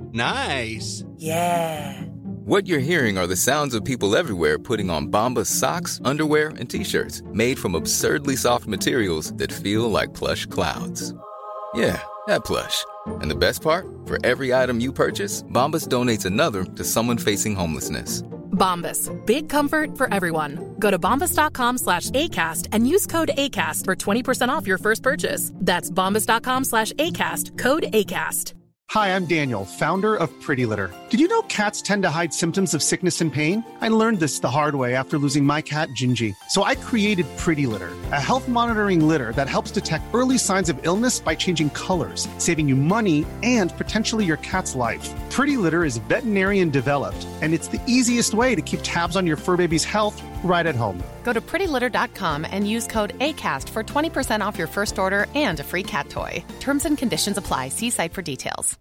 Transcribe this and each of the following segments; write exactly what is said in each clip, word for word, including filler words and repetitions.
Nice. Yeah. What you're hearing are the sounds of people everywhere putting on Bombas socks, underwear, and T-shirts made from absurdly soft materials that feel like plush clouds. Yeah, that plush. And the best part? For every item you purchase, Bombas donates another to someone facing homelessness. Bombas. Big comfort for everyone. Go to bombas.com slash ACAST and use code ACAST for twenty percent off your first purchase. That's bombas.com slash ACAST. Code ACAST. Hi, I'm Daniel, founder of Pretty Litter. Did you know cats tend to hide symptoms of sickness and pain? I learned this the hard way after losing my cat, Gingy. So I created Pretty Litter, a health monitoring litter that helps detect early signs of illness by changing colors, saving you money and potentially your cat's life. Pretty Litter is veterinarian developed, and it's the easiest way to keep tabs on your fur baby's health right at home. Go to pretty litter dot com and use code ACAST for twenty percent off your first order and a free cat toy. Terms and conditions apply. See site for details.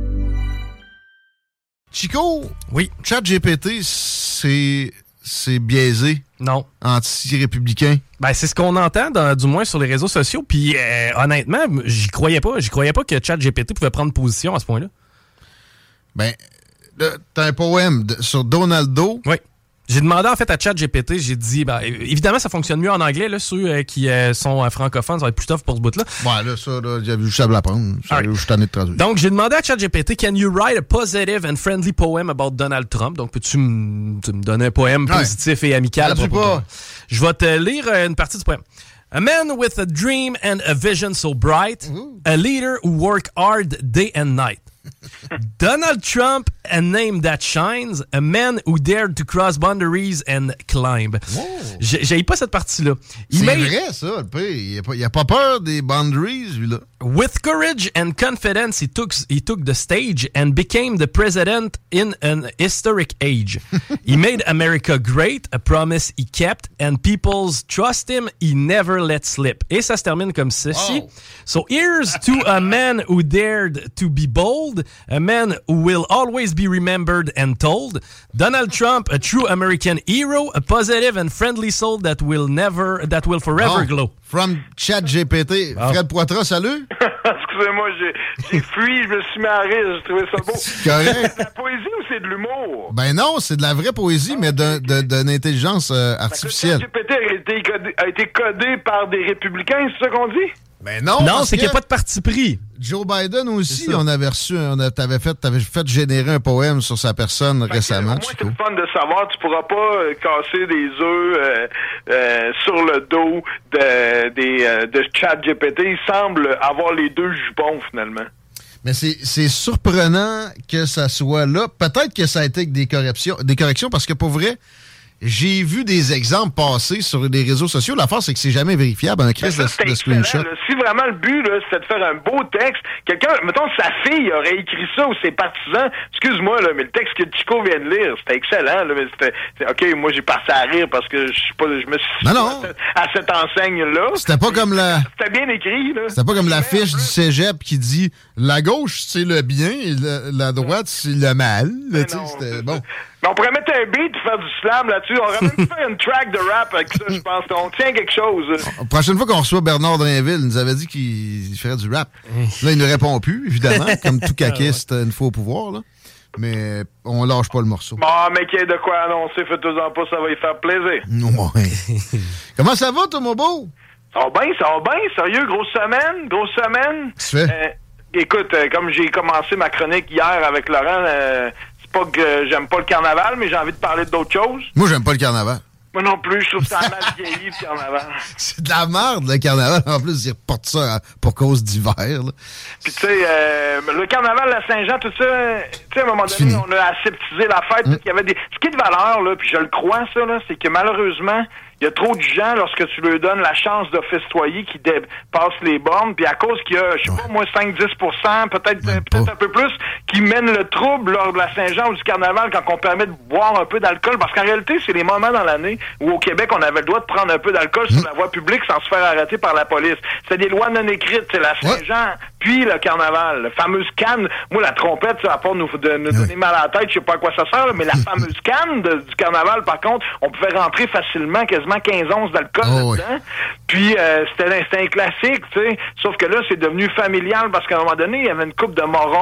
Chico, oui. ChatGPT, c'est, c'est biaisé. Non. Anti-républicain. Ben, c'est ce qu'on entend, dans, du moins sur les réseaux sociaux. Puis, euh, honnêtement, j'y croyais pas. J'y croyais pas que ChatGPT pouvait prendre position à ce point-là. Ben, là, t'as un poème de, sur Donaldo. Oui. J'ai demandé en fait à ChatGPT, j'ai dit, ben, évidemment, ça fonctionne mieux en anglais, là, ceux euh, qui euh, sont euh, francophones, ça va être plus tough pour ce bout-là. Ouais, là, ça, là, j'avais juste à l'apprendre. Je suis tanné de traduire. Donc, j'ai demandé à ChatGPT, can you write a positive and friendly poem about Donald Trump? Donc, peux-tu me donner un poème ouais. positif et amical? Traduis pas. Je vais te lire une partie du poème. A man with a dream and a vision so bright, Ooh. A leader who work hard day and night. Donald Trump, a name that shines, a man who dared to cross boundaries and climb. J'ai, j'ai pas cette partie-là. Il C'est made... vrai, ça, le pire. Il a, pas, il a pas peur des boundaries, lui-là. With courage and confidence, he took, he took the stage and became the president in an historic age. He made America great, a promise he kept, and people's trust him, he never let slip. Et ça se termine comme ceci. Oh. So here's to a man who dared to be bold, a man who will always be remembered and told. Donald Trump, a true American hero, a positive and friendly soul that will never, that will forever oh. glow. From ChatGPT. Oh. Fred Poitras, salut. Excusez-moi, j'ai, j'ai fui, je me suis mis à rire, j'ai trouvé ça beau. C'est correct. C'est de la poésie ou c'est de l'humour? Ben non, c'est de la vraie poésie, ah, mais de, de, d'une intelligence euh, artificielle. ChatGPT a été, codé, a été codé par des républicains, c'est ça qu'on dit? Ben non. Non, c'est qu'il n'y a pas de parti pris. Joe Biden aussi, on avait reçu, on a, t'avais fait, t'avais fait générer un poème sur sa personne fait récemment. Moi, c'est le fun de savoir, tu pourras pas euh, casser des œufs euh, euh, sur le dos de, des, euh, de ChatGPT. Il semble avoir les deux jupons, finalement. Mais c'est, c'est surprenant que ça soit là. Peut-être que ça a été avec des corrections, des corrections parce que pour vrai, j'ai vu des exemples passer sur les réseaux sociaux. L'affaire, c'est que c'est jamais vérifiable, un crise de, de screenshot. Là. Si vraiment le but, là, c'est de faire un beau texte, quelqu'un, mettons, sa fille aurait écrit ça ou ses partisans, excuse-moi, là, mais le texte que Chico vient de lire, c'était excellent, là, mais c'était, c'était OK, moi, j'ai passé à rire parce que je suis pas, je me suis non, non. À, à cette enseigne-là. C'était pas comme la... C'était bien écrit, là. C'était pas comme l'affiche du cégep qui dit la gauche, c'est le bien et la, la droite, c'est le mal. Là, non, c'était bon. Mais on pourrait mettre un beat et faire du slam là-dessus. On aurait même pu faire une track de rap avec ça, je pense. On tient quelque chose. La prochaine fois qu'on reçoit Bernard Drinville, il nous avait dit qu'il ferait du rap. Là, il ne répond plus, évidemment, comme tout caquiste une fois au pouvoir. Là. Mais on lâche pas le morceau. Bon, mais qu'il y ait de quoi annoncer, faites-en pas, ça va y faire plaisir. Ouais. Comment ça va, toi, mon beau? Ça va bien, ça va bien. Sérieux, grosse semaine, grosse semaine. Qu'est-ce que tu fais? Euh, écoute, euh, comme j'ai commencé ma chronique hier avec Laurent... Euh, pas que j'aime pas le carnaval, mais j'ai envie de parler d'autres choses. Moi, j'aime pas le carnaval. Moi non plus, je trouve ça mal vieilli, le carnaval. C'est de la merde, le carnaval. En plus, ils reportent ça pour cause d'hiver. Là. Puis, tu sais, euh, le carnaval, la Saint-Jean, tout ça, tu sais, à un moment donné, fini. On a aseptisé la fête. Mmh. Il y avait des... Ce qui est de valeur, là, puis je le crois, ça, là, c'est que malheureusement, il y a trop de gens, lorsque tu leur donnes la chance de festoyer, qui dépassent les bornes, puis à cause qu'il y a, je sais ouais. pas, moi, cinq à dix pour cent, peut-être, peut-être un peu plus, qui mènent le trouble lors de la Saint-Jean ou du carnaval quand on permet de boire un peu d'alcool. Parce qu'en réalité, c'est les moments dans l'année où au Québec, on avait le droit de prendre un peu d'alcool mmh. sur la voie publique sans se faire arrêter par la police. C'est des lois non écrites. C'est la Saint-Jean, ouais. puis le carnaval. La fameuse canne. Moi, la trompette, ça va pas nous, de, nous ouais. donner mal à la tête, je sais pas à quoi ça sert, mais la fameuse canne de, du carnaval, par contre, on pouvait rentrer facilement, quasiment quinze onces d'alcool oh, dedans. Oui. Puis, euh, c'était, c'était un classique, tu sais. Sauf que là, c'est devenu familial parce qu'à un moment donné, il y avait une couple de morons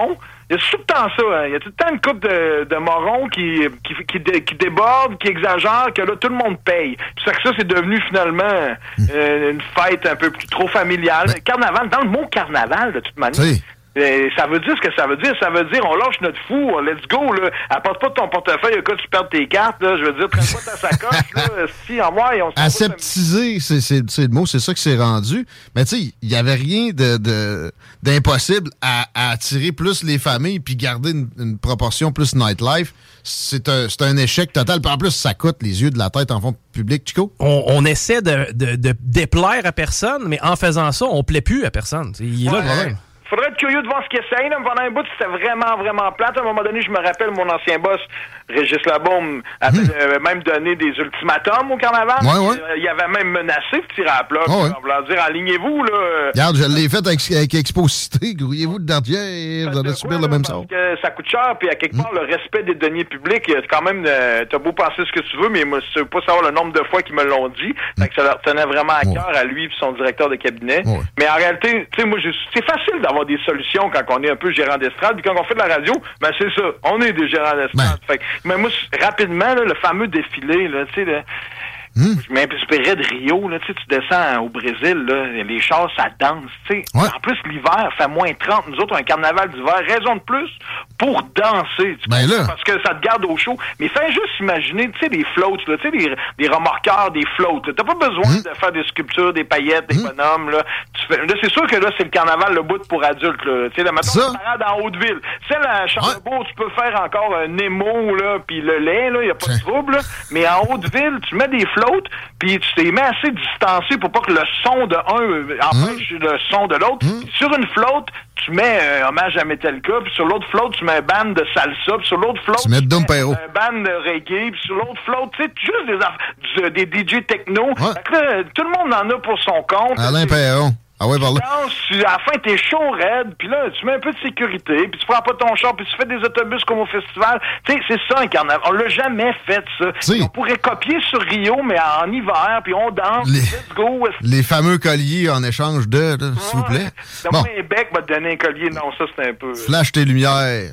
Il y a tout le temps ça. Hein. Il y a tout le temps une couple de, de morons qui, qui, qui, dé, qui débordent, qui exagèrent, que là, tout le monde paye. Puis ça, que ça, c'est devenu finalement euh, une fête un peu plus trop familiale. Mais... Carnaval, dans le mot carnaval, de toute manière... Oui. Et ça veut dire ce que ça veut dire. Ça veut dire, on lâche notre fou, let's go, là. Apporte pas de ton portefeuille, au cas où tu perds tes cartes, là. Je veux dire, traîne pas ta sacoche, là. Si, en moi, on aseptiser, c'est, c'est, c'est le mot, c'est ça que c'est rendu. Mais tu sais, il y avait rien de, de, d'impossible à, à attirer plus les familles puis garder une, une proportion plus nightlife. C'est un, c'est un échec total. Puis en plus, ça coûte les yeux de la tête en fond public, Chico. On, on essaie de, de, de déplaire à personne, mais en faisant ça, on plaît plus à personne. Il est là le problème. Faudrait être curieux de voir ce qu'il essaye. Là. Pendant un bout, c'était vraiment, vraiment plate. À un moment donné, je me rappelle, mon ancien boss, Régis Labaume, avait mmh. euh, même donné des ultimatums au carnaval. Ouais, ouais. Euh, il avait même menacé de tirer à plat. Oh, ouais. On leur dire, alignez-vous. Là. Regarde, je l'ai fait avec, avec Exposité. Grouillez-vous de dentière. Vous allez subir le même sort. Parce que ça coûte cher. Puis à quelque part, mmh. le respect des deniers publics, c'est quand même... Euh, t'as beau penser ce que tu veux, mais moi, je sais pas savoir le nombre de fois qu'ils me l'ont dit. Mmh. Fait que ça leur tenait vraiment à cœur ouais. à lui et son directeur de cabinet. Ouais. Mais en réalité, tu sais, moi, je, c'est facile d'avoir des solutions quand on est un peu gérant d'estrade, puis quand on fait de la radio, ben c'est ça, on est des gérants d'estrade. Ben. Fait que, mais moi, rapidement, là, le fameux défilé, là, tu sais, là, Mmh. je m'inspirais de Rio, là, tu sais, tu descends au Brésil, là, les chars, ça danse, tu sais. Ouais. En plus, l'hiver, fait moins trente. Nous autres, un carnaval d'hiver, raison de plus pour danser. Tu ben là. Parce que ça te garde au chaud. Mais fais juste imaginer, tu sais, des floats, là, tu sais, des, des remorqueurs, des floats. T'as pas besoin mmh. de faire des sculptures, des paillettes, des mmh. bonhommes, là. Tu fais, là, c'est sûr que là, c'est le carnaval, le bout pour adultes, là. Tu sais, maintenant, la parade en Haute-Ville. Tu sais, la Charlebourg, ouais. tu peux faire encore un Nemo, là, puis le lait, là, y a pas de trouble, là. Mais en Haute-Ville, tu mets des floats, puis tu t'es mis assez distancé pour pas que le son de un empêche mmh. le son de l'autre. Mmh. Sur une flotte, tu mets un hommage à Metallica, puis sur l'autre flotte, tu mets un band de salsa, puis sur l'autre flotte, tu mets, tu mets un band de reggae, puis sur l'autre flotte, tu sais, juste des, des D J techno. Ouais. Fait que là, tout le monde en a pour son compte. Alain Perron. Ah ouais, par là. Tu, à la fin, t'es chaud raide, puis là, tu mets un peu de sécurité, puis tu prends pas ton char, puis tu fais des autobus comme au festival. Tu sais, c'est ça, un carnaval. On l'a jamais fait, ça. On pourrait copier sur Rio, mais en hiver, puis on danse, les, let's go. Les fameux colliers en échange de, là, ouais. s'il vous plaît. Donne-moi bon. un bec, va te donner un collier. Non, ça, c'est un peu... Flash tes lumières.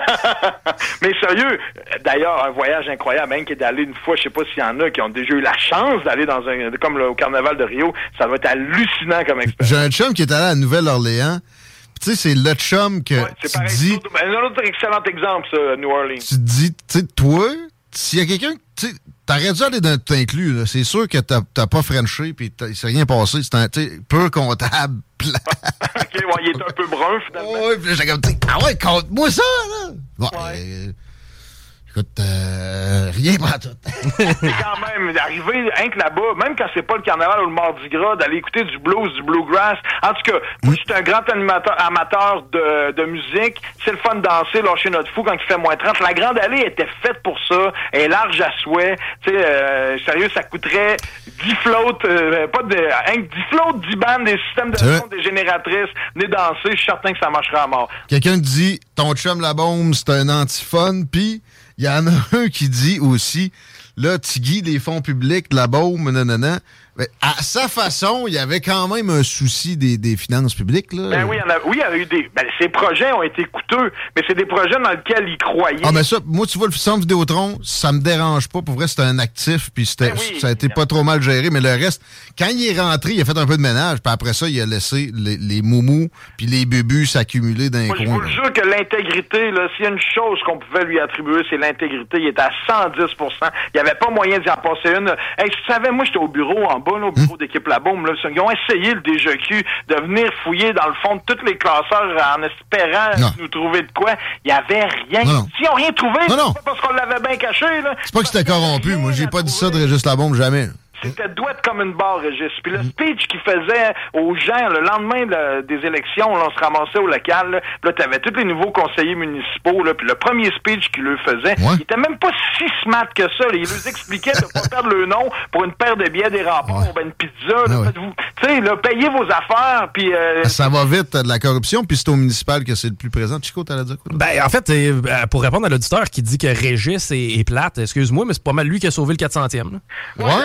Mais sérieux, d'ailleurs, un voyage incroyable, hein, qui est d'aller une fois, je sais pas s'il y en a qui ont déjà eu la chance d'aller dans un... comme le, au carnaval de Rio, ça va être hallucinant comme expérience. J'ai un chum qui est allé à Nouvelle-Orléans. Tu sais, c'est le chum que ouais, tu pareil, dis... C'est un autre excellent exemple, ça, New Orleans. Tu te dis, tu sais, toi, s'il y a quelqu'un... Tu sais, t'aurais dû aller dans t'inclus, là. C'est sûr que t'as, t'as pas frenché puis il s'est rien passé. C'est un, tu sais, peu comptable. OK, ouais, il est un peu brun, finalement. Oui, puis j'ai comme, ah ouais, compte-moi ça, là! Bon, ouais. euh, écoute, euh, rien pas tout. C'est quand même, d'arriver, hein, que là-bas, même quand c'est pas le carnaval ou le Mardi Gras, d'aller écouter du blues, du bluegrass. En tout cas, moi, je suis un grand animateur, amateur de, de musique. C'est le fun de danser, lâcher notre fou quand il fait moins trente. La Grande Allée était faite pour ça. Elle est large à souhait. Tu sais, euh, sérieux, ça coûterait dix flottes, euh, pas de, hein, dix flottes, dix bandes, des systèmes de son, des génératrices. Venez danser, je suis certain que ça marchera à mort. Quelqu'un dit, ton chum la bombe, c'est un antiphone, puis il y en a un qui dit aussi, là, Tigui, les fonds publics, la baume, nanana. Mais à sa façon, il y avait quand même un souci des, des finances publiques, là. Ben oui, il y en a, oui, il y a eu des... Ben, ces projets ont été coûteux, mais c'est des projets dans lesquels ils croyaient. Ah, ben ça, moi, tu vois, le centre Vidéotron, ça me dérange pas. Pour vrai, c'était un actif, puis c'était, ben oui, ça a été pas trop mal géré, mais le reste, quand il est rentré, il a fait un peu de ménage, puis après ça, il a laissé les, les moumous puis les bubus s'accumuler dans les coins. Je vous le jure que l'intégrité, là, s'il y a une chose qu'on pouvait lui attribuer, c'est l'intégrité. Il était à cent dix pour cent. Il n'y avait pas moyen d'y en passer une. Hey, tu savais, moi, j'étais au bureau en bas, là, au bureau hum. d'équipe La Bombe, là. Ils ont essayé, le D G Q, de venir fouiller dans le fond de tous les classeurs en espérant non. nous trouver de quoi. Il n'y avait rien. Non, non. S'ils n'ont rien trouvé, non, non. c'est pas parce qu'on l'avait bien caché, là. C'est pas que c'était corrompu. Moi, j'ai pas dit ça de Régis La Bombe, jamais. C'était douette comme une barre, Régis. Puis le speech qu'il faisait aux gens le lendemain là, des élections, là, on se ramassait au local. Là, là t'avais tous les nouveaux conseillers municipaux. Là, puis le premier speech qu'il leur faisait, ouais. il était même pas si smart que ça. Là. Il leur expliquait de pas perdre le nom pour une paire de billets des remparts ouais. ou ben une pizza. Là, ouais. Tu sais, là, payez vos affaires. Puis euh, ça va vite, de la corruption. Puis c'est au municipal que c'est le plus présent. Chico, t'allais dire quoi? Ben, en fait, euh, pour répondre à l'auditeur qui dit que Régis est, est plate, excuse-moi, mais c'est pas mal lui qui a sauvé le quatre centième. Là. Ouais. ouais. Tu,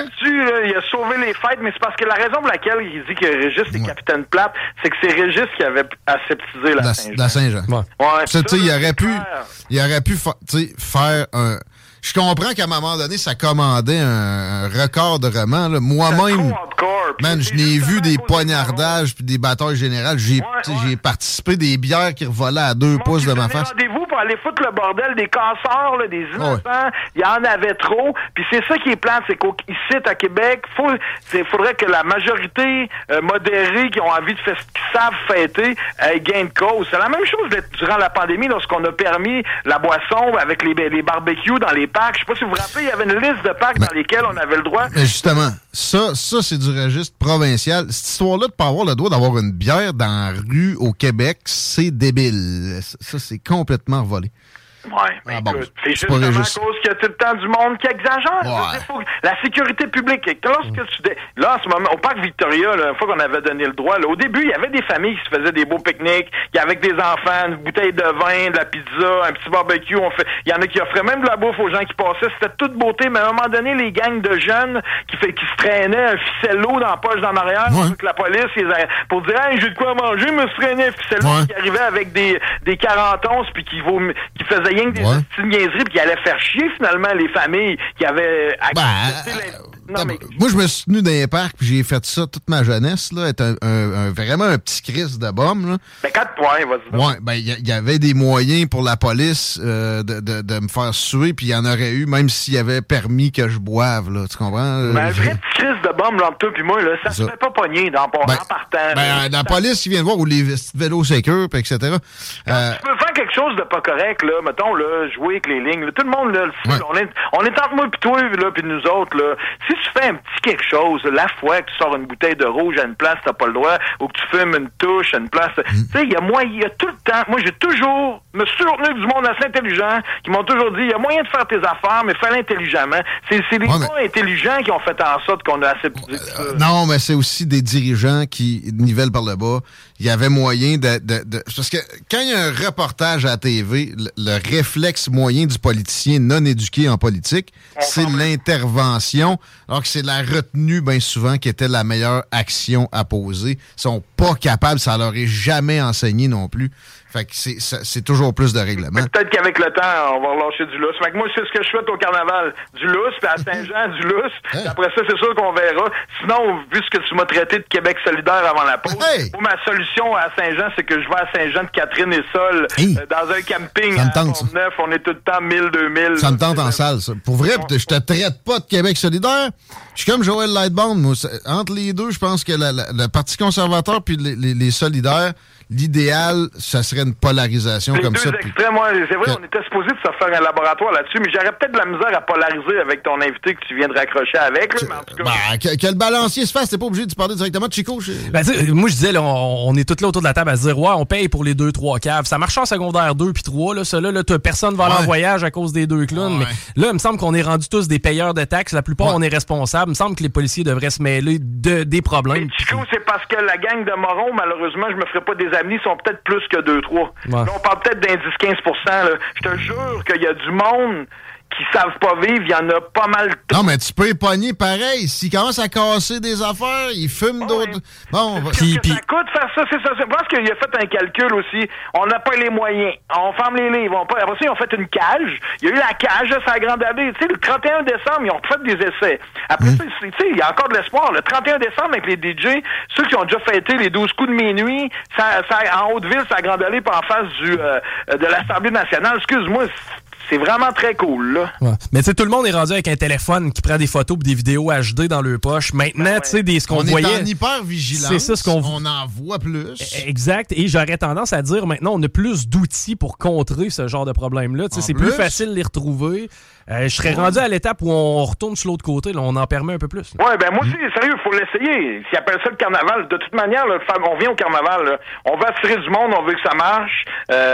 là, il a sauvé les fêtes, mais c'est parce que la raison pour laquelle il dit que Régis est ouais. capitaine plate, c'est que c'est Régis qui avait aseptisé la, la Saint-Jean. La Saint-Jean. Ouais. Ouais, tu sais, il aurait pu, faire. il aurait pu fa- faire un... Je comprends qu'à un moment donné, ça commandait un, un record de roman. Là. Moi-même, man, je n'ai vu des poignardages puis des batailles générales. J'ai, ouais, ouais. j'ai participé des bières qui revolaient à deux pouces de ma face. Rendez-vous pour aller foutre le bordel des casseurs, là, des innocents. Ouais. Il y en avait trop. Puis c'est ça qui est plate, c'est qu'ici, à Québec, faut, il faudrait que la majorité euh, modérée qui ont envie de faire, qui savent fêter, euh, gagne de cause. C'est la même chose durant la pandémie, lorsqu'on a permis la boisson avec les, les barbecues dans les parcs. Je sais pas si vous vous rappelez, il y avait une liste de parcs mais, dans lesquels on avait le droit. Mais justement, ça, ça c'est du registre provincial. Cette histoire-là de pas avoir le droit d'avoir une bière dans la rue au Québec, c'est débile. Ça, c'est complètement volé. Ouais, mais ah bon, écoute, c'est justement à cause qu'il y a tout le temps du monde qui exagère. Ouais. Faut, la sécurité publique, lorsque tu... Dé... Là, en ce moment, au Parc Victoria, là, une fois qu'on avait donné le droit, là, au début, il y avait des familles qui se faisaient des beaux pique-niques, il y avait avec des enfants, une bouteille de vin, de la pizza, un petit barbecue. On fait... Il y en a qui offraient même de la bouffe aux gens qui passaient. C'était toute beauté, mais à un moment donné, les gangs de jeunes qui, fait... qui se traînaient un ficello dans la poche d'en arrière, ouais. pour que la police, ils... pour dire « Hey, j'ai de quoi manger, me se traînait un ficello ouais. qui arrivait avec des, des quarante onces puis qui, vaut... qui faisait rien que des ouais. petites niaiseries puis qui allait faire chier finalement les familles qui avaient accepté ben, non, mais... Moi, je me suis tenu dans les parcs puis j'ai fait ça toute ma jeunesse, là, être un, un, un, vraiment un petit Christ de bombe. Là. Ben, quatre points, vas-y. Ouais, ben, il y, y avait des moyens pour la police euh, de, de, de me faire suer, puis il y en aurait eu, même s'il y avait permis que je boive, là, tu comprends? Ben, un vrai petit Christ de bombe, là, entre toi puis moi, là, ça, ça se fait pas pogner dans, ben, en partant. Ben, la police qui vient de voir, ou les vélos sécures, puis et cetera. Euh... Tu peux faire quelque chose de pas correct, là, mettons, là, jouer avec les lignes, là, tout le monde, là, le ouais. on, est, on est entre moi puis toi, là, puis nous autres, là, si tu fais un petit quelque chose, la fois que tu sors une bouteille de rouge à une place, t'as pas le droit, ou que tu fumes une touche à une place, mm. tu sais, il y a moyen, il y a tout le temps, moi, j'ai toujours, me suis toujours tenu du monde assez intelligent, qui m'ont toujours dit, il y a moyen de faire tes affaires, mais fais-le intelligemment. C'est, c'est les ouais, gens mais... intelligents qui ont fait en sorte qu'on a assez... Euh, non, mais c'est aussi des dirigeants qui nivellent par le bas. Il y avait moyen de, de, de... Parce que quand il y a un reportage à la T V, le, le réflexe moyen du politicien non éduqué en politique, on c'est l'intervention, alors que c'est la retenue, bien souvent, qui était la meilleure action à poser. Ils sont pas capables, ça leur est jamais enseigné non plus. Fait que c'est, c'est toujours plus de règlements. Peut-être qu'avec le temps, on va relâcher du lousse. Fait que moi, c'est ce que je souhaite au carnaval. Du lousse, puis à Saint-Jean, du lousse. Hey. Après ça, c'est sûr qu'on verra. Sinon, vu ce que tu m'as traité de Québec solidaire avant la pause, hey. moi, ma solution à Saint-Jean, c'est que je vais à Saint-Jean de Catherine et Sol, hey. euh, dans un camping à neuf. On est tout le temps mille, deux mille. Ça me tente en salle, ça. Pour vrai, je te traite pas de Québec solidaire. Je suis comme Joël Lightbound. Moi, entre les deux, je pense que la, la, le Parti conservateur puis les, les, les solidaires, l'idéal, ça serait une polarisation les comme deux ça. Extrêmes, moi, c'est vrai, que... on était supposé de se faire un laboratoire là-dessus, mais j'aurais peut-être de la misère à polariser avec ton invité que tu viens de raccrocher avec. Là, mais en tout cas... ben, que, que le balancier se fasse, t'es pas obligé de parler directement de Chico. Je... Ben, moi, je disais, là, on, on est tous là autour de la table à se dire, ouais, on paye pour les deux, trois caves. Ça marche en secondaire deux puis trois, là, ça, là, là personne va aller ouais. en voyage à cause des deux clowns. Ouais. Mais là, il me semble qu'on est rendu tous des payeurs de taxes. La plupart, ouais. on est responsables. Il me semble que les policiers devraient se mêler de, des problèmes. Mais Chico, c'est parce que la gang de morons, malheureusement, je me ferai pas des amis, sont peut-être plus que deux trois. Ouais. Là, on parle peut-être d'un dix à quinze pour cent. Là. Je te jure qu'il y a du monde qui savent pas vivre, il y en a pas mal. Non, mais tu peux pogner pareil. S'ils commencent à casser des affaires, ils fument oh, d'autres... Oui. Bon, Qu'est-ce pis, que pis... ça coûte faire ça? C'est ça. Je pense qu'il a fait un calcul aussi. On n'a pas les moyens. On ferme les livres. On pas... Après ça, ils ont fait une cage. Il y a eu la cage, ça a grande allée. Tu sais, le trente et un décembre, ils ont fait des essais. Après mmh. ça, tu sais, il y a encore de l'espoir. Le trente et un décembre, avec les D J, ceux qui ont déjà fêté les douze coups de minuit, ça, ça, en Haute-Ville, ça a grande allée, pas en face du, euh, de l'Assemblée nationale. Excuse-moi, c'est vraiment très cool, là. Ouais. Mais tu sais, tout le monde est rendu avec un téléphone qui prend des photos et des vidéos H D dans leur poche. Maintenant, ben ouais. tu sais, des ce qu'on on voyait... On est en hyper-vigilance. C'est ça, ce qu'on... On en voit plus. Exact. Et j'aurais tendance à dire, maintenant, on a plus d'outils pour contrer ce genre de problème-là. Tu sais, c'est plus, plus facile de les retrouver. Euh, je serais ouais. rendu à l'étape où on retourne sur l'autre côté. Là, on en permet un peu plus. Là. Ouais, ben moi aussi, sérieux, il faut l'essayer. S'ils appellent ça le carnaval, de toute manière, là, on vient au carnaval. Là. On veut attirer du monde, on veut que ça marche.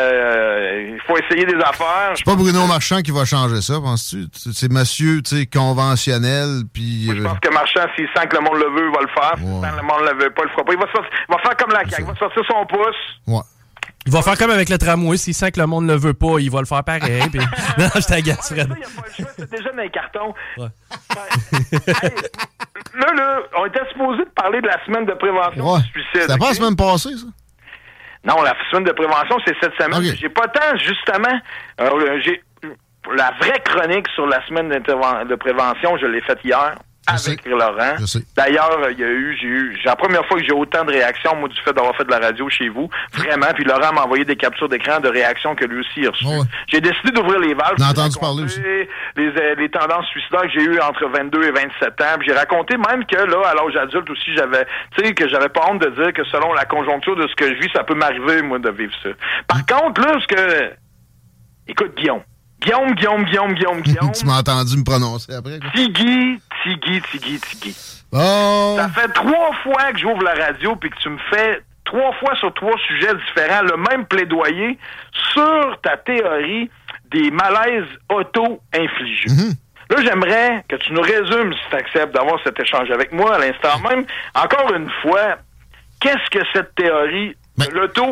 Euh, il faut essayer des affaires. C'est pas Bruno Marchand qui va changer ça, penses-tu? C'est monsieur, tu sais, conventionnel, puis... Moi, je pense que Marchand, s'il sent que le monde le veut, il va le faire. Ouais. Si le monde le veut pas, il le fera pas. Il va, sortir, il va faire comme la C A Q. Il va sortir son pouce. Ouais. Il va faire comme avec le tramway. S'il sent que le monde ne le veut pas, il va le faire pareil. Puis... Non, je t'agace, Fred. Il n'y a pas le choix, c'est déjà dans les cartons. Ouais. Hey, là, là, on était supposé de parler de la semaine de prévention ouais. du suicide. C'était pas la semaine passée, ça? Non, la semaine de prévention, c'est cette semaine. Okay. J'ai pas le temps, justement. Euh, j'ai la vraie chronique sur la semaine de prévention, je l'ai faite hier. Je avec sais. Laurent. D'ailleurs, il y a eu, j'ai eu, c'est la première fois que j'ai autant de réactions, moi, du fait d'avoir fait de la radio chez vous. Vraiment. Puis Laurent m'a envoyé des captures d'écran de réactions que lui aussi a reçues. Oh ouais. J'ai décidé d'ouvrir les valves. J'ai entendu parler aussi. Les, les tendances suicidaires que j'ai eues entre vingt-deux et vingt-sept ans. Puis j'ai raconté même que, là, à l'âge adulte aussi, j'avais, tu sais, que j'avais pas honte de dire que selon la conjoncture de ce que je vis, ça peut m'arriver, moi, de vivre ça. Par mmh. contre, là, ce que, écoute, Guillaume. Guillaume, Guillaume, Guillaume, Guillaume, Guillaume. Tu m'as entendu me prononcer après, quoi. Tigui, Tigui, Tigui, Tigui. Oh. Ça fait trois fois que j'ouvre la radio puis que tu me fais trois fois sur trois sujets différents le même plaidoyer sur ta théorie des malaises auto-infligés. Mm-hmm. Là, j'aimerais que tu nous résumes, si tu acceptes d'avoir cet échange avec moi à l'instant même. Encore une fois, qu'est-ce que cette théorie ben,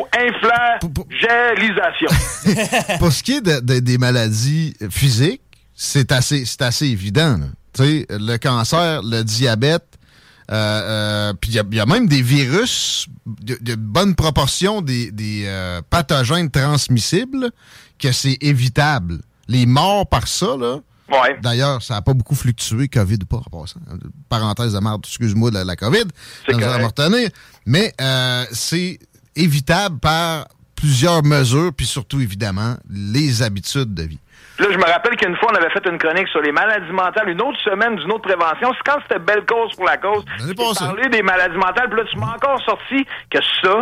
l'auto-inflagellisation? Pour ce qui est de, de, des maladies physiques, c'est assez, c'est assez évident. Tu sais, le cancer, le diabète, euh, euh, puis il y, y a même des virus de, de bonne proportion, des, des euh, pathogènes transmissibles, que c'est évitable. Les morts par ça, là, ouais. D'ailleurs, ça n'a pas beaucoup fluctué, COVID ou pas, en passant. Parenthèse de merde, excuse-moi, de la, la COVID. C'est ça nous a retenir. Mais euh, c'est évitable par plusieurs mesures, puis surtout, évidemment, les habitudes de vie. Là, je me rappelle qu'une fois, on avait fait une chronique sur les maladies mentales, une autre semaine d'une autre prévention. C'est quand c'était Belle Cause pour la cause. Tu parlais des maladies mentales, puis là, tu m'as encore sorti que ça,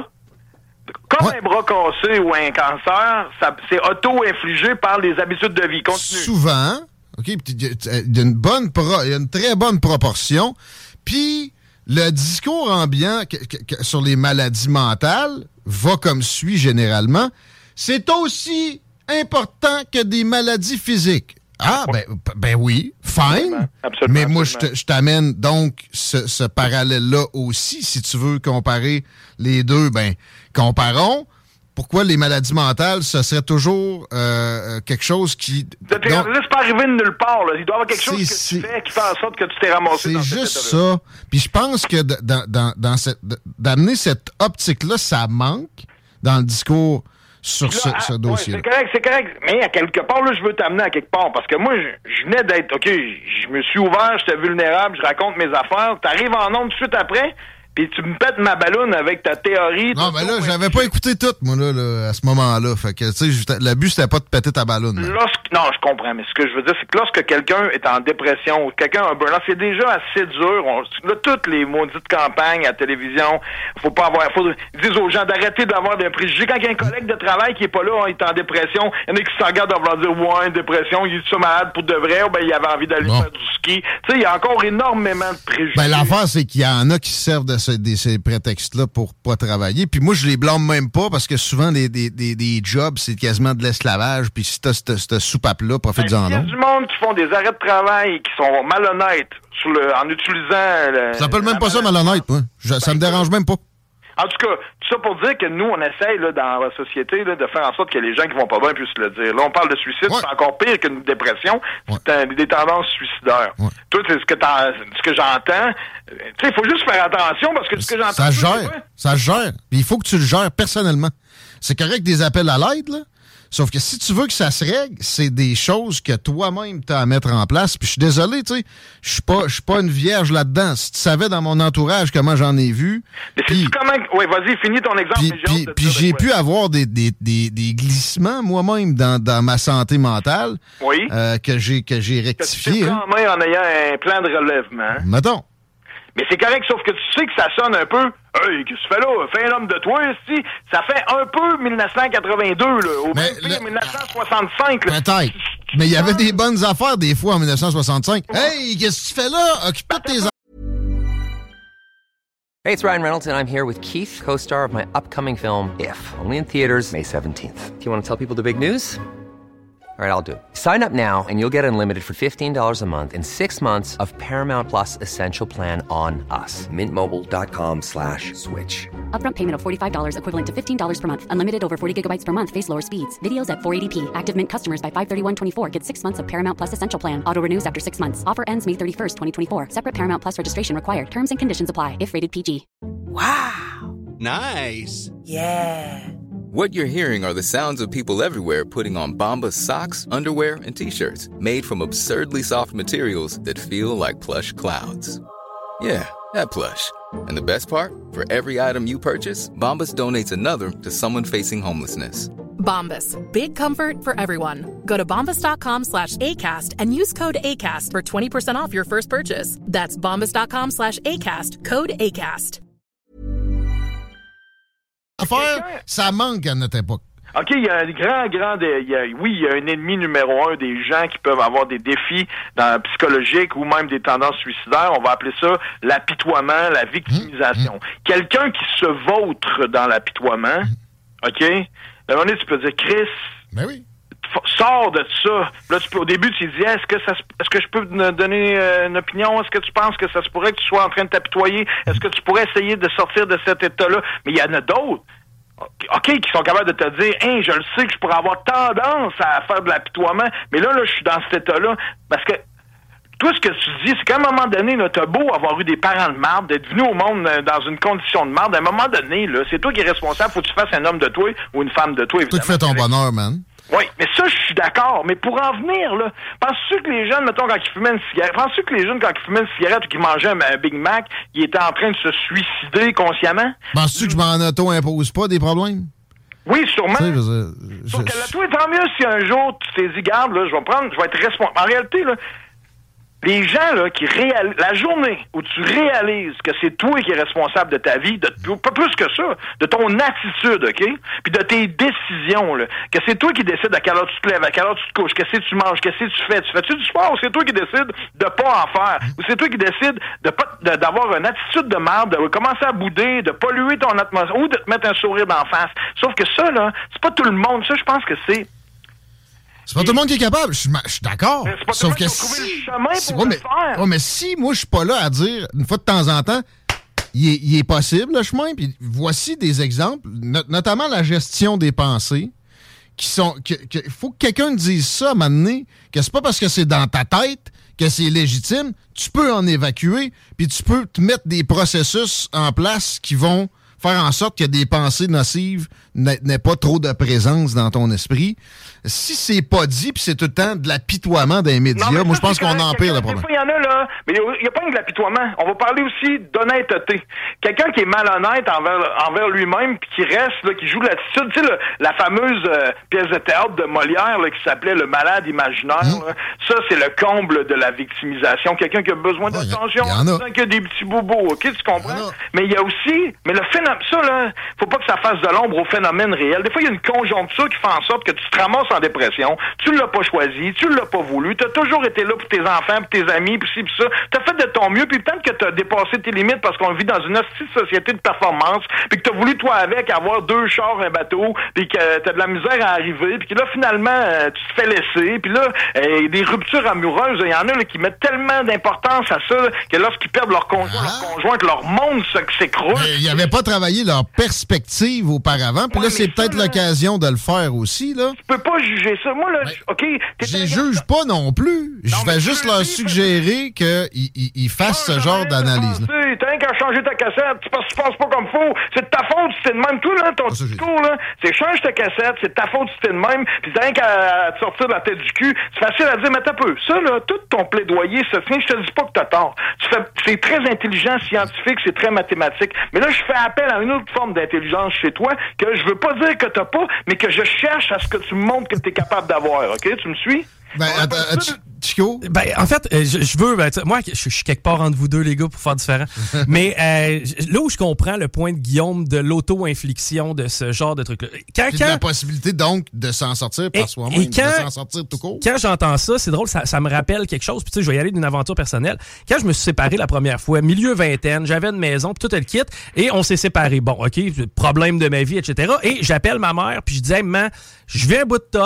comme ouais. un bras cassé ou un cancer, ça, c'est auto-infligé par les habitudes de vie. Continue. Souvent, OK, il y a une bonne pro, il y a une très bonne proportion. Puis, le discours ambiant que, que, que, sur les maladies mentales va comme suit généralement. C'est aussi important que des maladies physiques. Ah, ben, ben oui, fine. Absolument, mais moi, absolument. je t'amène donc ce, ce parallèle-là aussi. Si tu veux comparer les deux, ben, comparons. Pourquoi les maladies mentales, ce serait toujours euh, quelque chose qui... Donc, c'est pas arrivé de nulle part. Là. Il doit y avoir quelque chose que tu fais qui fait en sorte que tu t'es ramassé dans cette C'est juste ça. Puis je pense que dans, dans, dans cette, d'amener cette optique-là, ça manque dans le discours sur là, ce, ce ah, dossier. Ouais, c'est correct, c'est correct. Mais à quelque part, là, je veux t'amener à quelque part. Parce que moi, je, je venais d'être... OK, je me suis ouvert, j'étais vulnérable, je raconte mes affaires. T'arrives en ondes tout de suite après... Puis tu me pètes ma balloune avec ta théorie. Non, mais là, j'avais pas écouté tout, moi, là, là, à ce moment-là. Fait que, tu sais, le but, c'était pas de péter ta balloune. Lorsque, non, je comprends, mais ce que je veux dire, c'est que lorsque quelqu'un est en dépression ou quelqu'un a un burn-out, c'est déjà assez dur. On, là, toutes les maudites campagnes à la télévision, faut pas avoir... Faut, ils disent aux gens d'arrêter d'avoir des préjugés. Quand il y a un collègue de travail qui est pas là, hein, il est en dépression, il y en a qui se regardent en vouloir dire « Ouais, une dépression, il est-tu malade pour de vrai? » Ou ben il avait envie d'aller bon. faire du ski. Tu sais, il y a encore énormément de préjugés. Ben, l'affaire, c'est qu'il y en a qui se servent de, ce, de ces prétextes texte-là pour pas travailler. Puis moi, je les blâme même pas parce que souvent, des, des, des, des jobs, c'est quasiment de l'esclavage. Puis si t'as cette soupape-là, profite-en. Il y a du monde qui font des arrêts de travail qui sont malhonnêtes sur le, en utilisant... Le, ça s'appelle même pas ça malhonnête, moi. Je, ben, ça me dérange même pas. En tout cas, tout ça pour dire que nous, on essaye là, dans la société là, de faire en sorte que les gens qui vont pas bien puissent le dire. Là, on parle de suicide, ouais. c'est encore pire qu'une dépression. Ouais. C'est un, des tendances suicidaires. Ouais. Toi, c'est ce que, ce que j'entends. Tu sais, il faut juste faire attention parce que ce que j'entends... Ça se gère. Ça se gère. Il faut que tu le gères personnellement. C'est correct des appels à l'aide, là. Sauf que si tu veux que ça se règle, c'est des choses que toi-même t'as à mettre en place. Puis je suis désolé, tu sais, je suis pas, je suis pas une vierge là-dedans. Si tu savais dans mon entourage comment j'en ai vu. Mais c'est tu comment... Oui, vas-y, finis ton exemple. Puis, puis, puis j'ai pu avoir des, des, des, des glissements moi-même dans, dans ma santé mentale. Oui. Euh, que j'ai, que j'ai rectifié. Que tu t'es en main en ayant un plan de relèvement. Mettons. Mais c'est correct, sauf que tu sais que ça sonne un peu. Hey, qu'est-ce que tu fais là? Fais l'homme de toi, ici. Ça fait un peu dix-neuf cent quatre-vingt-deux, là. Au mais même le... dix-neuf cent soixante-cinq, là. Peut-être. Mais il y avait des bonnes affaires, des fois, en dix-neuf cent soixante-cinq. Ouais. Hey, qu'est-ce que tu fais là? Occupe-toi de tes affaires. Hey, it's Ryan Reynolds, and I'm here with Keith, co-star of my upcoming film, If, only in theaters May seventeenth. Do you want to tell people the big news? All right, I'll do it. Sign up now and you'll get unlimited for fifteen dollars a month and six months of Paramount Plus Essential Plan on us. Mint Mobile dot com slash switch. Upfront payment of forty-five dollars equivalent to fifteen dollars per month. Unlimited over forty gigabytes per month. Face lower speeds. Videos at four eighty p. Active Mint customers by five thirty-one twenty-four get six months of Paramount Plus Essential Plan. Auto renews after six months. Offer ends May thirty-first, twenty twenty-four. Separate Paramount Plus registration required. Terms and conditions apply if rated P G. Wow. Nice. Yeah. What you're hearing are the sounds of people everywhere putting on Bombas socks, underwear, and T-shirts made from absurdly soft materials that feel like plush clouds. Yeah, that plush. And the best part? For every item you purchase, Bombas donates another to someone facing homelessness. Bombas. Big comfort for everyone. Go to bombas.com slash ACAST and use code ACAST for twenty percent off your first purchase. That's bombas.com slash ACAST. Code ACAST. Affaire, ça manque à notre époque. OK, il y a un grand, grand... Il y a, oui, il y a un ennemi numéro un des gens qui peuvent avoir des défis dans, psychologiques ou même des tendances suicidaires. On va appeler ça l'apitoiement, la victimisation. Mmh, mmh. Quelqu'un qui se vautre dans l'apitoiement, mmh. OK? À un moment donné, tu peux dire, Chris... Ben oui. Sors de ça. Là, tu peux, au début, tu dis, est-ce que ça, est-ce que je peux te donner euh, une opinion? Est-ce que tu penses que ça se pourrait que tu sois en train de t'apitoyer? Est-ce que tu pourrais essayer de sortir de cet état-là? Mais il y en a d'autres, OK, qui sont capables de te dire, hein, je le sais que je pourrais avoir tendance à faire de l'apitoiement, mais là, là, je suis dans cet état-là. Parce que, toi, ce que tu dis, c'est qu'à un moment donné, là, t'as beau avoir eu des parents de marde, d'être venu au monde dans une condition de marde, à un moment donné, là, c'est toi qui es responsable, faut que tu fasses un homme de toi ou une femme de toi, évidemment. Toi qui fais ton bonheur, man. Oui, mais ça, je suis d'accord. Mais pour en venir, là, penses-tu que les jeunes, mettons, quand ils fumaient une cigarette, penses-tu que les jeunes, quand ils fumaient une cigarette ou qu'ils mangeaient un, un Big Mac, ils étaient en train de se suicider consciemment? Penses-tu que je m'en auto-impose pas des problèmes? Oui, sûrement. Tu sais, je, je, Sauf que là, toi, tant mieux si un jour, tu t'es dit, garde, là, je vais prendre, je vais être responsable. En réalité, là, les gens, là, qui réalisent, la journée où tu réalises que c'est toi qui es responsable de ta vie, de, pas plus que ça, de ton attitude, OK? Puis de tes décisions, là, que c'est toi qui décides à quelle heure tu te lèves, à quelle heure tu te couches, qu'est-ce que tu manges, qu'est-ce que tu fais, tu fais-tu du sport ou c'est toi qui décides de pas en faire, ou c'est toi qui décides de pas, de, d'avoir une attitude de merde, de commencer à bouder, de polluer ton atmosphère, ou de te mettre un sourire d'en face. Sauf que ça, là, c'est pas tout le monde. Ça, je pense que c'est C'est pas tout le monde qui est capable. Je suis d'accord. Sauf que si... si ouais, mais, ouais, mais si moi, je suis pas là à dire, une fois de temps en temps, il est, il est possible, le chemin, puis voici des exemples, no- notamment la gestion des pensées, qui sont... Il faut que quelqu'un dise ça à un moment donné, que c'est pas parce que c'est dans ta tête que c'est légitime. Tu peux en évacuer, puis tu peux te mettre des processus en place qui vont faire en sorte que des pensées nocives n'aient, n'aient pas trop de présence dans ton esprit. Si c'est pas dit, puis c'est tout le temps de l'apitoiement des médias, non, moi, ça, je pense qu'on empire le problème. Il y en a, là, mais il n'y a pas que de l'apitoiement. On va parler aussi d'honnêteté. Quelqu'un qui est malhonnête envers, envers lui-même, puis qui reste, là, qui joue l'attitude. Tu sais, le, la fameuse euh, pièce de théâtre de Molière, là, qui s'appelait Le malade imaginaire, mmh. là, ça, c'est le comble de la victimisation. Quelqu'un qui a besoin oh, d'attention, quelqu'un qui a des petits bobos, OK, tu comprends? Mais il y a aussi, mais le phénomène, ça, là, faut pas que ça fasse de l'ombre au phénomène réel. Des fois, il y a une conjoncture qui fait en sorte que tu te ramasses en dépression, tu l'as pas choisi, tu l'as pas voulu, tu as toujours été là pour tes enfants, pour tes amis, puis ci, puis ça. Tu as fait de ton mieux, puis peut-être que tu as dépassé tes limites parce qu'on vit dans une hostile société de performance, puis que tu as voulu, toi, avec, avoir deux chars, un bateau, puis que tu as de la misère à arriver, puis que là, finalement, euh, tu te fais laisser, puis là, euh, des ruptures amoureuses, il y en a là, qui mettent tellement d'importance à ça là, que lorsqu'ils perdent leur conjoint, ah. leur conjointe, leur monde s'écroule. Ils n'avaient pas travaillé leur perspective auparavant, puis ouais, là, c'est peut-être ça, l'occasion de le faire aussi, là. Tu peux pas juger ça. Moi, là, ben, OK... Je les juge pas non plus. Je vais juste leur suggérer qu'ils ils fassent ce genre d'analyse. T'as rien qu'à changer ta cassette. Tu penses, tu penses pas comme faux. C'est de ta faute si t'es de même. Tout, là, ton ah, discours, là, c'est change ta cassette. C'est de ta faute si t'es de même. Puis t'as rien qu'à te sortir de la tête du cul. C'est facile à dire, mais t'as peu. Ça, là, tout ton plaidoyer se tient. Je te dis pas que t'as tort. Tu fais, c'est très intelligent, scientifique, c'est très mathématique. Mais là, je fais appel à une autre forme d'intelligence chez toi que je veux pas dire que t'as pas, mais que je cherche à ce que tu me montres que t'es capable d'avoir. OK? Tu me suis? Ben, attends, Chico? Ben, en fait, je, je veux... Ben, moi, je, je suis quelque part entre vous deux, les gars, pour faire différent. Mais euh, là où je comprends le point de Guillaume de l'auto-infliction de ce genre de truc-là... Quand, Puis quand... la possibilité, donc, de s'en sortir par et, soi-même, et quand, de s'en sortir tout court. Quand j'entends ça, c'est drôle, ça, ça me rappelle quelque chose. Puis tu sais, je vais y aller d'une aventure personnelle. Quand je me suis séparé la première fois, milieu vingtaine, j'avais une maison, puis tout le kit, et on s'est séparés. Bon, OK, problème de ma vie, et cetera. Et j'appelle ma mère, puis je dis, hey, maman, je viens un bout de toffe,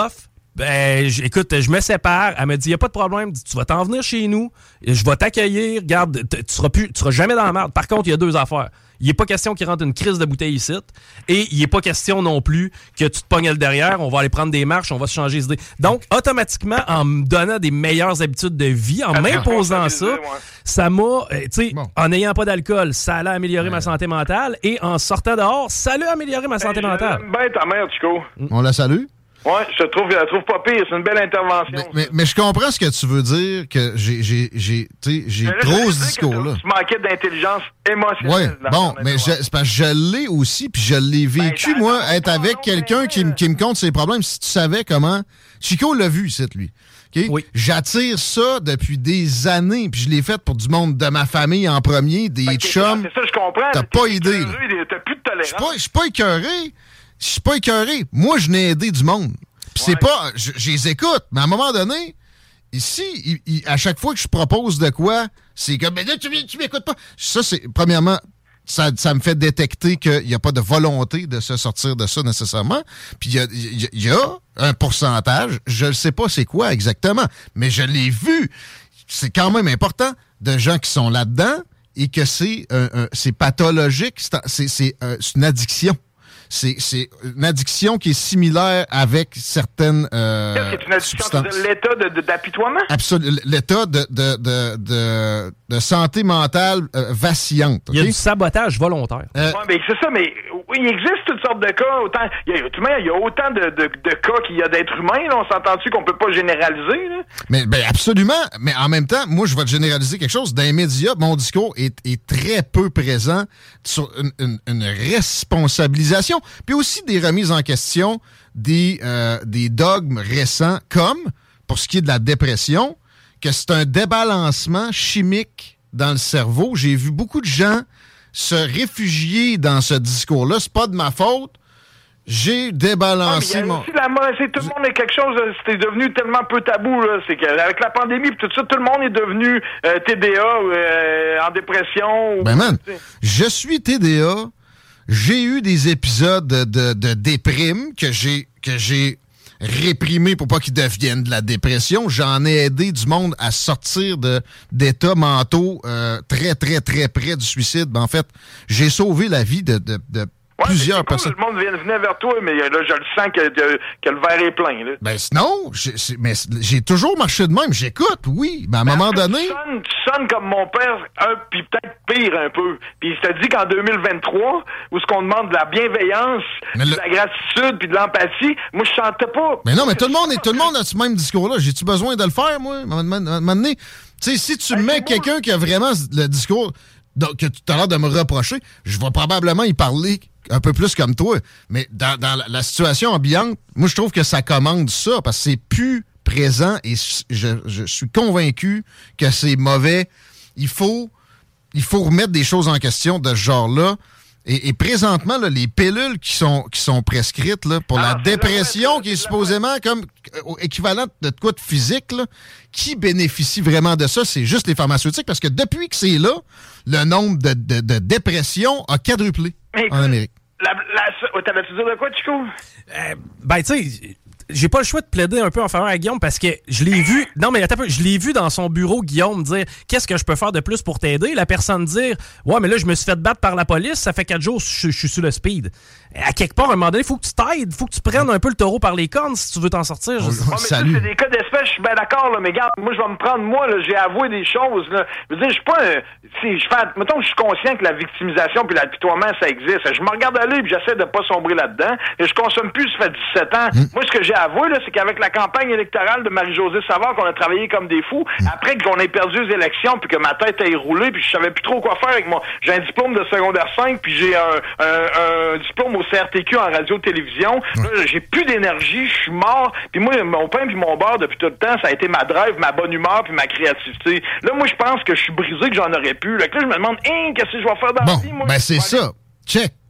Ben, j- écoute, je me sépare. Elle me dit, il n'y a pas de problème. Tu vas t'en venir chez nous. Je vais t'accueillir. Regarde, t- tu seras plus, tu seras jamais dans la merde. Par contre, il y a deux affaires. Il n'est pas question qu'il rentre une crise de bouteille ici. Et il n'est pas question non plus que tu te pognes le derrière. On va aller prendre des marches. On va se changer les idées. Donc, automatiquement, en me donnant des meilleures habitudes de vie, en m'imposant ça, ouais. ça m'a, euh, tu sais, bon. en n'ayant pas d'alcool, ça allait améliorer ouais. ma santé mentale. Et en sortant dehors, ça allait améliorer ma santé hey, mentale. J'aime bien ta mère, Chico. On la salue? Oui, je trouve, je la trouve pas pire. C'est une belle intervention. Mais, mais, mais je comprends ce que tu veux dire, que j'ai, j'ai, j'ai, j'ai, j'ai trop ce discours-là. Tu manquais d'intelligence émotionnelle. Oui, bon, mais je, c'est parce que je l'ai aussi, puis je l'ai vécu, ben, moi, être avec quelqu'un qui, qui me compte ses problèmes. Si tu savais comment... Chico l'a vu, c'est lui. Okay? Oui. J'attire ça depuis des années, puis je l'ai fait pour du monde de ma famille en premier, des okay, chums. C'est ça, je comprends. T'as pas idée. T'as plus de tolérance. Je suis pas écœuré. Je suis pas écœuré. Moi, je n'ai aidé du monde. Puis ouais. c'est pas... Je, je les écoute, mais à un moment donné, ici, il, il, à chaque fois que je propose de quoi, c'est comme... Mais là, tu, tu m'écoutes pas. Ça, c'est... Premièrement, ça, ça me fait détecter qu'il n'y a pas de volonté de se sortir de ça nécessairement. Puis il y a, il y, y a un pourcentage, je ne sais pas c'est quoi exactement, mais je l'ai vu. C'est quand même important de gens qui sont là-dedans et que c'est, euh, euh, c'est pathologique, c'est, c'est, c'est, euh, c'est une addiction. C'est, c'est une addiction qui est similaire avec certaines euh, c'est une addiction de l'état de, de, d'apitoiement? Absolument. L'état de, de, de, de, de santé mentale euh, vacillante. Okay? Il y a du sabotage volontaire. Euh, ouais, mais c'est ça, mais oui, il existe toutes sortes de cas. Autant, il, y a, il y a autant de, de, de cas qu'il y a d'êtres humains. Là, on s'entend-tu qu'on peut pas généraliser? Là? Mais ben, absolument. Mais en même temps, moi, je vais te généraliser quelque chose. Dans les médias, mon discours est, est très peu présent sur une, une, une responsabilisation. Puis aussi des remises en question des, euh, des dogmes récents, comme, pour ce qui est de la dépression, que c'est un débalancement chimique dans le cerveau. J'ai vu beaucoup de gens se réfugier dans ce discours-là. C'est pas de ma faute. J'ai débalancé ah, mon... Aussi la, c'est, tout le monde est quelque chose... C'est devenu tellement peu tabou. Là. C'est qu'avec la pandémie et tout ça, tout le monde est devenu euh, T D A euh, en dépression. Ou, ben man, je suis T D A. J'ai eu des épisodes de, de, de déprime que j'ai que j'ai réprimés pour pas qu'ils deviennent de la dépression. J'en ai aidé du monde à sortir de d'états mentaux euh, très, très, très près du suicide. Ben, en fait, j'ai sauvé la vie de, de, de ouais, plusieurs personnes. Tout le monde venait vers toi, mais là, je le sens que, que, que le verre est plein. Là. Ben non, j'ai, mais j'ai toujours marché de même. J'écoute, oui, mais à un ben, moment donné... Tu sonnes, tu sonnes comme mon père, un, puis peut-être pire un peu. Puis il se dit qu'en deux mille vingt-trois, où ce qu'on demande de la bienveillance, le... de la gratitude, puis de l'empathie, moi, je chantais pas. Mais non, mais tout le monde, est, tout le monde a ce même discours-là. J'ai-tu besoin de le faire, moi? À un moment donné, tu sais, si tu ben, mets quelqu'un qui a vraiment le discours donc, que tu as l'air de me reprocher, je vais probablement y parler un peu plus comme toi. Mais dans, dans la, la situation ambiante, moi, je trouve que ça commande ça, parce que c'est plus présent et je, je suis convaincu que c'est mauvais. Il faut, il faut remettre des choses en question de ce genre-là. Et, et présentement, là, les pilules qui sont, qui sont prescrites là, pour ah, la dépression, qui est supposément comme euh, équivalent de quoi de physique, là, qui bénéficie vraiment de ça? C'est juste les pharmaceutiques, parce que depuis que c'est là, le nombre de, de, de dépressions a quadruplé écoute, en Amérique. La, la, t'avais-tu dit de quoi, Chico? Euh, ben, tu sais... J'ai pas le choix de plaider un peu en faveur à Guillaume parce que je l'ai vu. Non, mais attends un peu. Je l'ai vu dans son bureau, Guillaume, dire qu'est-ce que je peux faire de plus pour t'aider. La personne dire ouais, mais là, je me suis fait battre par la police. Ça fait quatre jours que je, je suis sur le speed. À quelque part, à un moment donné, il faut que tu t'aides. Il faut que tu prennes un peu le taureau par les cornes si tu veux t'en sortir. Je sais. Ouais, mais ça, c'est des cas d'espèce. Je suis bien d'accord, là, mais regarde, moi, je vais me prendre, moi, là, j'ai avoué des choses. Là. Je veux dire, je suis pas un. Si je fais. Mettons que je suis conscient que la victimisation puis l'apitoiement, ça existe. Je me regarde aller et j'essaie de pas sombrer là-dedans. Et je consomme plus, ça fait dix-sept ans. Mm. Moi, ce que j'ai avoué, là, c'est qu'avec la campagne électorale de Marie-Josée Savard, qu'on a travaillé comme des fous, mm. après qu'on ait perdu les élections puis que ma tête ait roulé puis je savais plus trop quoi faire avec mon... J'ai un diplôme de secondaire cinq puis j'ai un, un, un diplôme au C R T Q en radio-télévision. Mm. Là, j'ai plus d'énergie, je suis mort. Puis moi, mon pain puis mon beurre, depuis tout le temps, ça a été ma drive, ma bonne humeur puis ma créativité. Là, moi, je pense que je suis brisé, que j'en aurais pu. Là, que là je me demande, hein, qu'est-ce que je vais faire dans bon, la vie, moi? Ben, c'est ça. Check.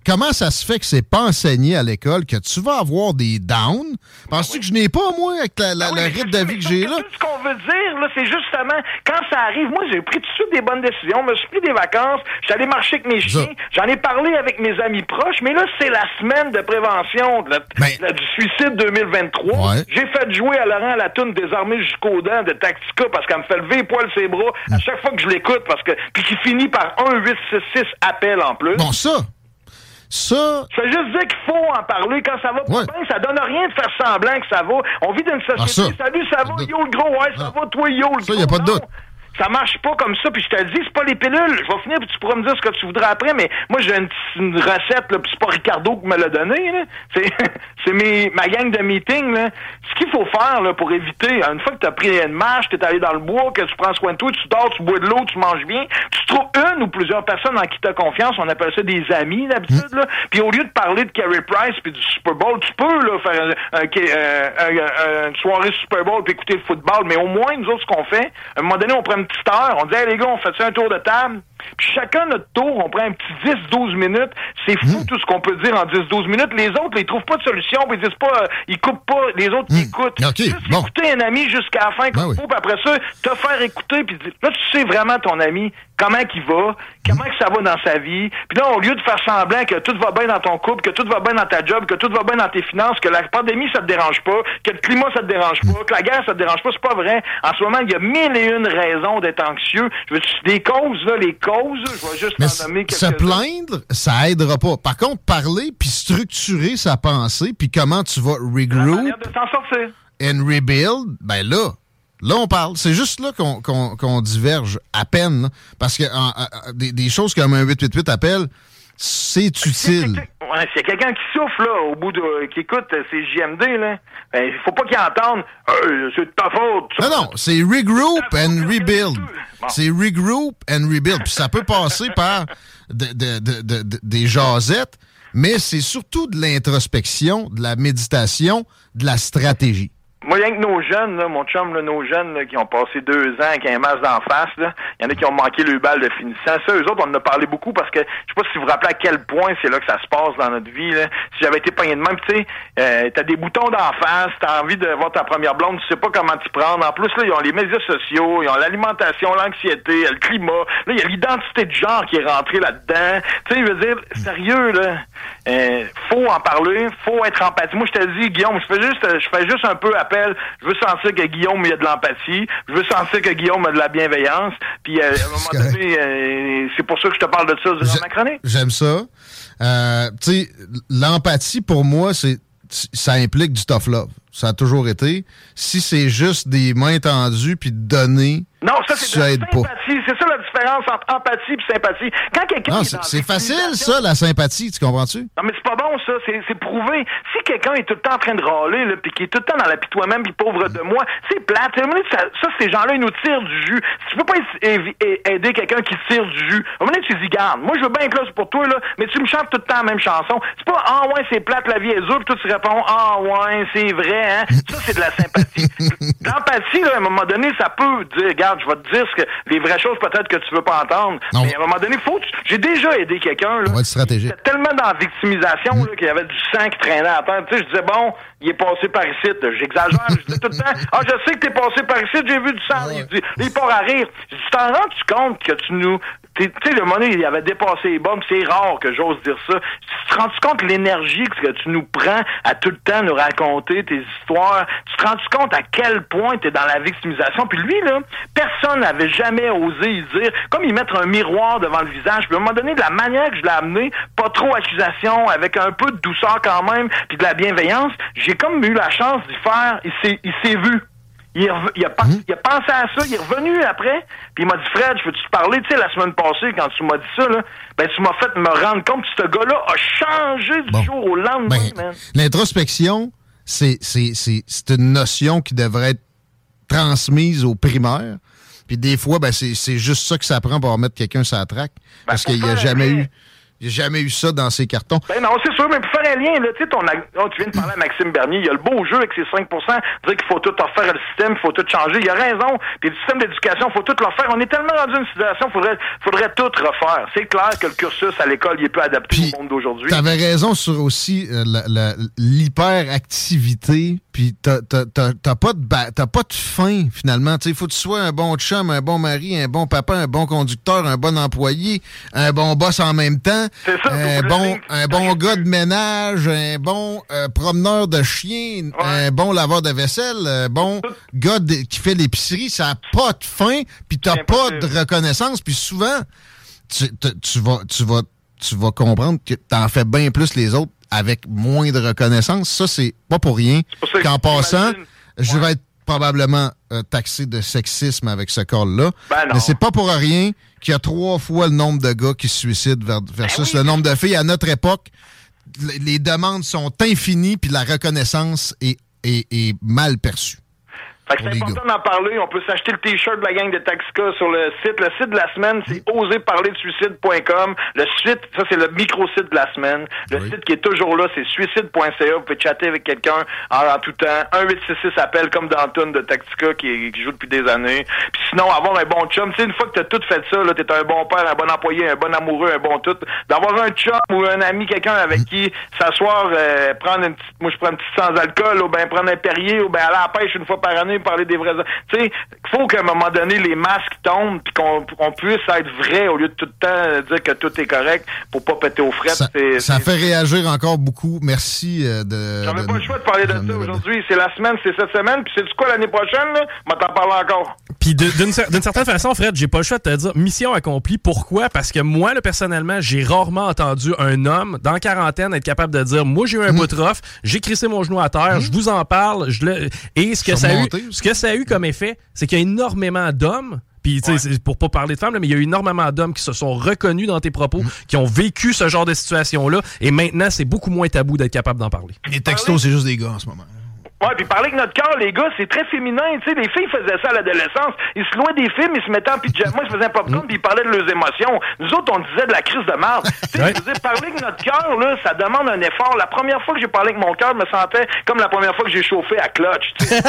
comment ça se fait que c'est pas enseigné à l'école que tu vas avoir des downs? Penses-tu oui. que je n'ai pas, moi, avec la, la, ah oui, le rythme de vie que j'ai là? Ce qu'on veut dire, là, c'est justement, quand ça arrive, moi, j'ai pris tout de suite des bonnes décisions, je me suis pris des vacances, j'allais marcher avec mes chiens, j'en ai parlé avec mes amis proches, mais là, c'est la semaine de prévention de la, ben, de la, du suicide deux mille vingt-trois. Ouais. J'ai fait jouer à Laurent la toune Désarmé jusqu'aux dents de Tactica parce qu'elle me fait lever les poils ses bras à chaque fois que je l'écoute, parce que puis qui finit par un huit six six appel en plus. Bon, ça... Ça... Je veux juste dire qu'il faut en parler quand ça va pas ouais. bien. Ça donne rien de faire semblant que ça va. On vit dans une société. Ah, ça. Salut, ça va, yo le gros, ouais, ça ah. va, toi, yo le ça, gros. Ça, y a pas de doute. Ça marche pas comme ça, puis je te le dis, c'est pas les pilules. Je vais finir, puis tu pourras me dire ce que tu voudras après, mais moi, j'ai une, une recette, là, puis c'est pas Ricardo qui me l'a donné, là. C'est, c'est mes, ma gang de meeting, là. Ce qu'il faut faire, là, pour éviter, une fois que t'as pris une marche, t'es allé dans le bois, que tu prends soin de toi, tu dors, tu bois de l'eau, tu manges bien, tu trouves une ou plusieurs personnes en qui t'as confiance, on appelle ça des amis, d'habitude, là. Puis au lieu de parler de Carey Price puis du Super Bowl, tu peux, là, faire un, un, un, un, une soirée Super Bowl puis écouter le football, mais au moins, nous autres, ce qu'on fait, à un moment donné, on prend une petite heure, on dit, hey, les gars, on fait ça un tour de table. Puis chacun notre tour, on prend un petit dix douze minutes. C'est fou mmh. tout ce qu'on peut dire en dix douze minutes. Les autres, ils trouvent pas de solution, puis ils disent pas, euh, ils coupent pas. Les autres, mmh. ils écoutent. Okay. Juste Bon. écouter un ami jusqu'à la fin, comme ben oui. faut, puis après ça, te faire écouter, puis là, tu sais vraiment ton ami, comment qu'il va, comment mmh. que ça va dans sa vie. Puis là, au lieu de faire semblant que tout va bien dans ton couple, que tout va bien dans ta job, que tout va bien dans tes finances, que la pandémie, ça te dérange pas, que le climat, ça te dérange pas, mmh. que la guerre, ça te dérange pas, c'est pas vrai. En ce moment, il y a mille et une raisons d'être anxieux. Je veux dire, des causes, là, les causes, je vais juste mais se plaindre, ça aidera pas. Par contre, parler puis structurer sa pensée puis comment tu vas regroup de s'en sortir. And rebuild, ben là, là on parle. C'est juste là qu'on, qu'on, qu'on diverge à peine. Là, parce que en, en, des, des choses comme un huit huit huit appelle, c'est utile. Ouais, s'il y a quelqu'un qui souffle là, au bout de qui écoute ces J M D, là, ben, il faut pas qu'il entende hey, c'est de ta faute. Non, non, c'est regroup and rebuild. Bon. C'est regroup and rebuild. Puis ça peut passer par de, de, de, de, de, des jasettes, mais c'est surtout de l'introspection, de la méditation, de la stratégie. Moi, rien que nos jeunes, là, mon chum, là, nos jeunes là, qui ont passé deux ans avec un masque d'en face, il y en a qui ont manqué le bal de finissant. Ça, eux autres, on en a parlé beaucoup parce que je sais pas si vous vous rappelez à quel point c'est là que ça se passe dans notre vie. Là. Si j'avais été pogné de même, tu sais, euh, t'as des boutons d'en face, t'as envie de voir ta première blonde, tu sais pas comment t'y prendre. En plus, là, ils ont les médias sociaux, ils ont l'alimentation, l'anxiété, le climat. Là, il y a l'identité de genre qui est rentrée là-dedans. Tu sais, je veux dire, sérieux, là, euh, faut en parler, faut être empathique. Moi, je te dis, Guillaume, je fais juste, je fais juste un peu appel. Je veux sentir que Guillaume, il y a de l'empathie. Je veux sentir que Guillaume a de la bienveillance. Puis, euh, à un moment donné, euh, c'est pour ça que je te parle de ça durant ma chronique. J'aime ça. Euh, tu sais, l'empathie, pour moi, c'est ça implique du tough love. Ça a toujours été. Si c'est juste des mains tendues puis donner, non, ça, c'est ça de la aide sympathie. pas. C'est ça la différence entre empathie et sympathie. Quand quelqu'un non, est c'est, dans c'est facile, ça, la sympathie, tu comprends-tu? Non, mais c'est pas bon, ça. C'est, c'est prouvé. Si quelqu'un est tout le temps en train de râler, là, puis qui est tout le temps dans la pis toi-même, puis pauvre de moi, c'est plate. Ça, ça, ces gens-là, ils nous tirent du jus. Si tu peux pas aider quelqu'un qui tire du jus, à un moment donné, tu dis, garde, moi, je veux bien être là pour toi, là, mais tu me chantes tout le temps la même chanson. C'est pas, ah ouais, c'est plate, la vie est dure, puis toi, tu réponds, ah ouais, c'est vrai, hein. Ça, c'est de la sympathie. L'empathie, là, à un moment donné, ça peut dire, regarde, je vais te dire ce que, les vraies choses peut-être que tu veux pas entendre. Non. Mais à un moment donné, faut, tu, j'ai déjà aidé quelqu'un, là. On va être stratégique. C'était tellement dans la victimisation, mmh. là, qu'il y avait du sang qui traînait à terre. Tu sais, je disais, bon, il est passé par ici. J'exagère, je disais tout le temps, ah, je sais que t'es passé par ici, j'ai vu du sang. Ouais. Il dit, il part à rire. Je dis, t'en rends-tu compte que tu nous, tu sais, le moment il avait dépassé les bombes, c'est rare que j'ose dire ça. Tu te rends-tu compte de l'énergie que tu nous prends à tout le temps nous raconter tes histoires? Tu te rends-tu compte à quel point t'es dans la victimisation? Puis lui, là, personne n'avait jamais osé y dire, comme y mettre un miroir devant le visage. Puis à un moment donné, de la manière que je l'ai amené, pas trop accusation, avec un peu de douceur quand même, puis de la bienveillance, j'ai comme eu la chance d'y faire, il s'est, il s'est vu. Il, rev- il, a pas- mmh. il a pensé à ça, il est revenu après, puis il m'a dit, Fred, je veux-tu te parler, tu sais, la semaine passée, quand tu m'as dit ça, là, ben, tu m'as fait me rendre compte que ce gars-là a changé du bon. jour au lendemain, ben, man. L'introspection, c'est, c'est, c'est, c'est une notion qui devrait être transmise aux primaires, puis des fois, ben, c'est, c'est juste ça que ça prend pour remettre quelqu'un sur la traque, ben, parce qu'il n'y a jamais eu... Il n'y a jamais eu ça dans ses cartons. Ben non, c'est sûr, mais pour faire un lien, là, tu sais, ton oh, tu viens de parler à Maxime Bernier, il y a le beau jeu avec ses cinq pour cent, dire qu'il faut tout refaire le système, il faut tout changer. Il a raison. Puis le système d'éducation, il faut tout le refaire. On est tellement rendu une situation, il faudrait, faudrait tout refaire. C'est clair que le cursus à l'école, il est peu adapté puis, au monde d'aujourd'hui. Tu avais raison sur aussi euh, la, la, l'hyperactivité, puis t'as, t'as, t'as, t'as, pas de ba- t'as pas de fin, finalement. Il faut que tu sois un bon chum, un bon mari, un bon papa, un bon conducteur, un bon employé, un bon boss en même temps. C'est ça, un bon, un bon gars de ménage, un bon euh, promeneur de chien, ouais. un bon laveur de vaisselle, un bon gars de, qui fait l'épicerie. Ça n'a pas de fin, puis t'as pas de reconnaissance. Puis souvent, tu, tu, vas, tu, vas, tu vas comprendre que t'en fais bien plus les autres avec moins de reconnaissance. Ça, c'est pas pour rien qu'en passant, ouais. je vais être probablement euh, taxé de sexisme avec ce call-là. Ben mais c'est pas pour rien qu'il y a trois fois le nombre de gars qui se suicident versus ben oui. le nombre de filles. À notre époque, les demandes sont infinies puis la reconnaissance est, est, est mal perçue. Fait que c'est important d'en parler. On peut s'acheter le T-shirt de la gang de Taxica sur le site. Le site de la semaine, c'est oser parler de suicide point com. Le site, ça, c'est le micro-site de la semaine. Le oui. site qui est toujours là, c'est suicide point c a. Vous pouvez chatter avec quelqu'un en, en tout temps. un huit six six appel comme dans Tune de Tactica qui, qui joue depuis des années. Puis sinon, avoir un bon chum. Tu sais, une fois que t'as tout fait ça, là, t'es un bon père, un bon employé, un bon amoureux, un bon tout. D'avoir un chum ou un ami, quelqu'un avec mmh. qui s'asseoir, euh, prendre une petite, moi je prends une petite sans alcool, ou ben prendre un Perrier, ou ben aller à la pêche une fois par année, parler des vrais. Tu sais, il faut qu'à un moment donné, les masques tombent puis qu'on, qu'on puisse être vrai au lieu de tout le temps dire que tout est correct pour pas péter aux frettes. Ça, c'est, ça c'est... fait réagir encore beaucoup. Merci euh, de... J'avais de, pas le choix de parler de, de ça aujourd'hui. C'est la semaine, c'est cette semaine. Puis c'est du quoi l'année prochaine, là? On t'en parler encore. Puis de, d'une, d'une certaine façon, Fred, j'ai pas le choix de te dire mission accomplie. Pourquoi? Parce que moi, là, personnellement, j'ai rarement entendu un homme dans la quarantaine être capable de dire moi, j'ai eu un mmh. bout de rough, j'ai crissé mon genou à terre, mmh. je vous en parle, je le... et ce que, ça a eu, ce que ça a eu comme effet, c'est qu'il y a énormément d'hommes, puis tu sais, ouais. pour pas parler de femmes, là, mais il y a eu énormément d'hommes qui se sont reconnus dans tes propos, mmh. qui ont vécu ce genre de situation-là, et maintenant, c'est beaucoup moins tabou d'être capable d'en parler. Les textos, c'est juste des gars en ce moment. Ouais, puis parler avec notre cœur, les gars, c'est très féminin, tu sais, les filles faisaient ça à l'adolescence, ils se louaient des films, ils se mettaient en pyjama, ils se faisaient un popcorn, puis ils parlaient de leurs émotions. Nous autres, on disait de la crise de merde. Tu sais, je veux dire, parler avec notre cœur, là, ça demande un effort. La première fois que j'ai parlé avec mon cœur, je me sentais comme la première fois que j'ai chauffé à clutch, tu sais.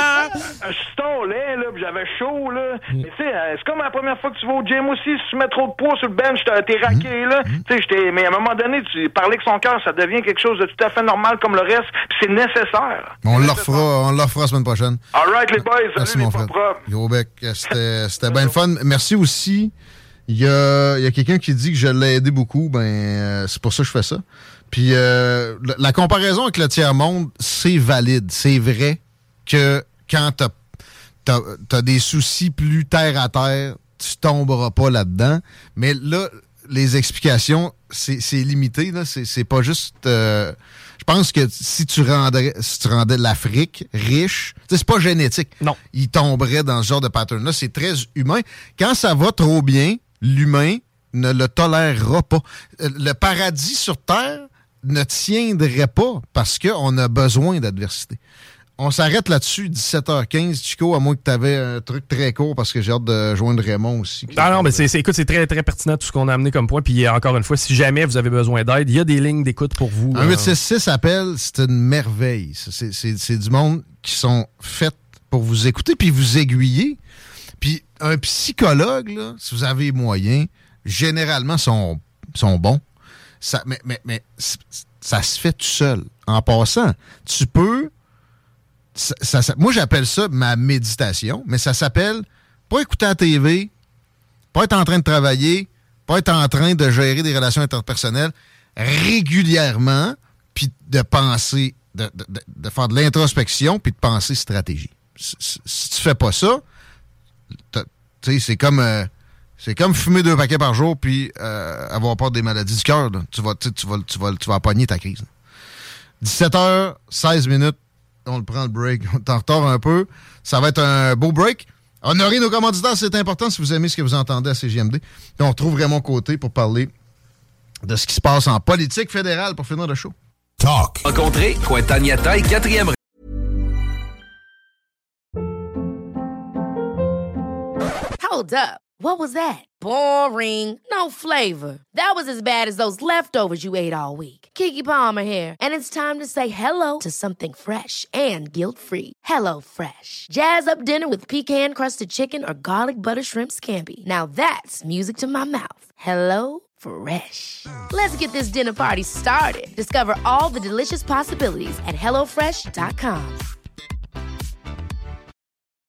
Un piston lait, là, puis j'avais chaud, là. Mais tu sais, c'est comme la première fois que tu vas au gym aussi, si tu mets trop de poids sur le bench, t'es raqué, là. Tu sais, j'étais, mais à un moment donné, tu parler avec son cœur, ça devient quelque chose de tout à fait normal comme le reste, puis c'est nécessaire. On le refera, on le refera la semaine prochaine. All right, les boys. Merci, salut, mon les frère. Gros bec, c'était, c'était bien le fun. Merci aussi. Il y a, il y a quelqu'un qui dit que je l'ai aidé beaucoup. Ben, euh, c'est pour ça que je fais ça. Puis, euh, la, la comparaison avec le tiers-monde, c'est valide. C'est vrai que quand t'as, t'as, t'as des soucis plus terre-à-terre, tu tomberas pas là-dedans. Mais là, les explications, c'est, c'est limité. Là. C'est, c'est pas juste... Euh, je pense que si tu rendrais, si tu rendais l'Afrique riche, c'est pas génétique. Non. Il tomberait dans ce genre de pattern-là. C'est très humain. Quand ça va trop bien, l'humain ne le tolérera pas. Le paradis sur Terre ne tiendrait pas parce qu'on a besoin d'adversité. On s'arrête là-dessus, dix-sept heures quinze. Chico, à moins que tu avais un truc très court parce que j'ai hâte de joindre Raymond aussi. Ah non, mais c'est, c'est, écoute, c'est très, très pertinent tout ce qu'on a amené comme point. Puis encore une fois, si jamais vous avez besoin d'aide, il y a des lignes d'écoute pour vous. Un huit six six appelle, c'est une merveille. C'est, c'est, c'est du monde qui sont faits pour vous écouter puis vous aiguiller. Puis un psychologue, là, si vous avez moyen, généralement sont, sont bons. Ça, mais, mais, mais ça se fait tout seul. En passant, tu peux... Ça, ça, ça, moi, j'appelle ça ma méditation, mais ça s'appelle pas écouter la T V, pas être en train de travailler, pas être en train de gérer des relations interpersonnelles régulièrement, puis de penser, de, de, de, de faire de l'introspection, puis de penser stratégie. Si, si tu fais pas ça, tu sais, c'est comme... Euh, C'est comme fumer deux paquets par jour puis euh, avoir peur des maladies du cœur. Tu vas, tu vas, tu vas, tu vas pogner ta crise. dix-sept heures seize minutes. On le prend le break. On est en retard un peu. Ça va être un beau break. Honorer nos commanditaires, c'est important si vous aimez ce que vous entendez à C J M D. Puis on retrouve Raymond Côté pour parler de ce qui se passe en politique fédérale pour finir le show. Talk. Rencontrer Cointagnata et quatrième. Hold up. What was that? Boring. No flavor. That was as bad as those leftovers you ate all week. Keke Palmer here, and it's time to say hello to something fresh and guilt-free. Hello Fresh. Jazz up dinner with pecan-crusted chicken or garlic butter shrimp scampi. Now that's music to my mouth. Hello Fresh. Let's get this dinner party started. Discover all the delicious possibilities at hello fresh dot com.